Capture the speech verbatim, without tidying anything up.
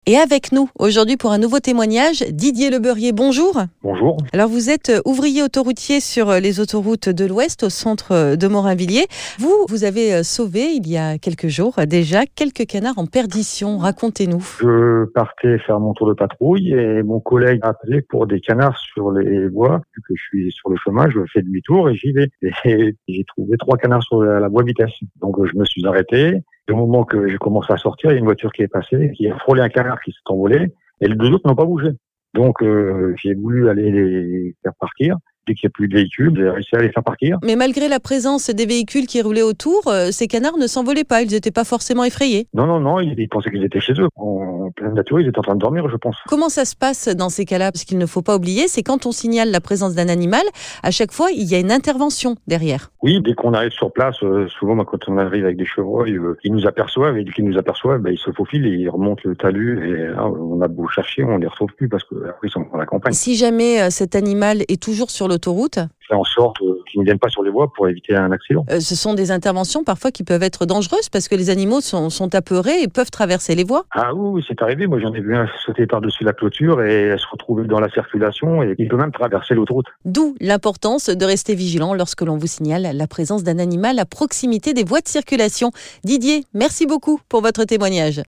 Et avec nous aujourd'hui pour un nouveau témoignage, Didier Lebeurier, bonjour. Bonjour. Alors vous êtes ouvrier autoroutier sur les autoroutes de l'Ouest au centre de Morinvilliers. Vous, vous avez sauvé il y a quelques jours déjà quelques canards en perdition. Racontez-nous. Je partais faire mon tour de patrouille et mon collègue a appelé pour des canards sur les voies. Vu que je suis sur le chemin, je fais demi-tour et j'y vais. Et j'ai trouvé trois canards sur la, la voie vitesse. Donc je me suis arrêté. Au moment que j'ai commencé à sortir, il y a une voiture qui est passée, qui a frôlé un canard qui s'est envolé, et les deux autres n'ont pas bougé. Donc euh, j'ai voulu aller les faire partir. Dès qu'il n'y a plus de véhicules, j'ai réussi à les faire partir. Mais malgré la présence des véhicules qui roulaient autour, euh, ces canards ne s'envolaient pas, ils n'étaient pas forcément effrayés. Non, non, non, ils, ils pensaient qu'ils étaient chez eux. En pleine nature, ils étaient en train de dormir, je pense. Comment ça se passe dans ces cas-là? Parce qu'il ne faut pas oublier, c'est quand on signale la présence d'un animal, à chaque fois, il y a une intervention derrière. Oui, dès qu'on arrive sur place, euh, souvent bah, quand on arrive avec des chevreuils, euh, ils nous aperçoivent, et dès qu'ils nous aperçoivent, bah, ils se faufilent et ils remontent le talus. Et là, on a beau chercher, on les retrouve plus parce qu'après ils sont dans la campagne. Si jamais euh, cet animal est toujours sur l'autoroute, fait en sorte euh, qu'ils ne viennent pas sur les voies pour éviter un accident. Euh, ce sont des interventions parfois qui peuvent être dangereuses parce que les animaux sont, sont apeurés et peuvent traverser les voies. Ah oui, oui, c'est arrivé. Moi, j'en ai vu un sauter par-dessus la clôture et se retrouver dans la circulation et il peut même traverser l'autoroute. D'où l'importance de rester vigilant lorsque l'on vous signale la présence d'un animal à proximité des voies de circulation. Didier, merci beaucoup pour votre témoignage.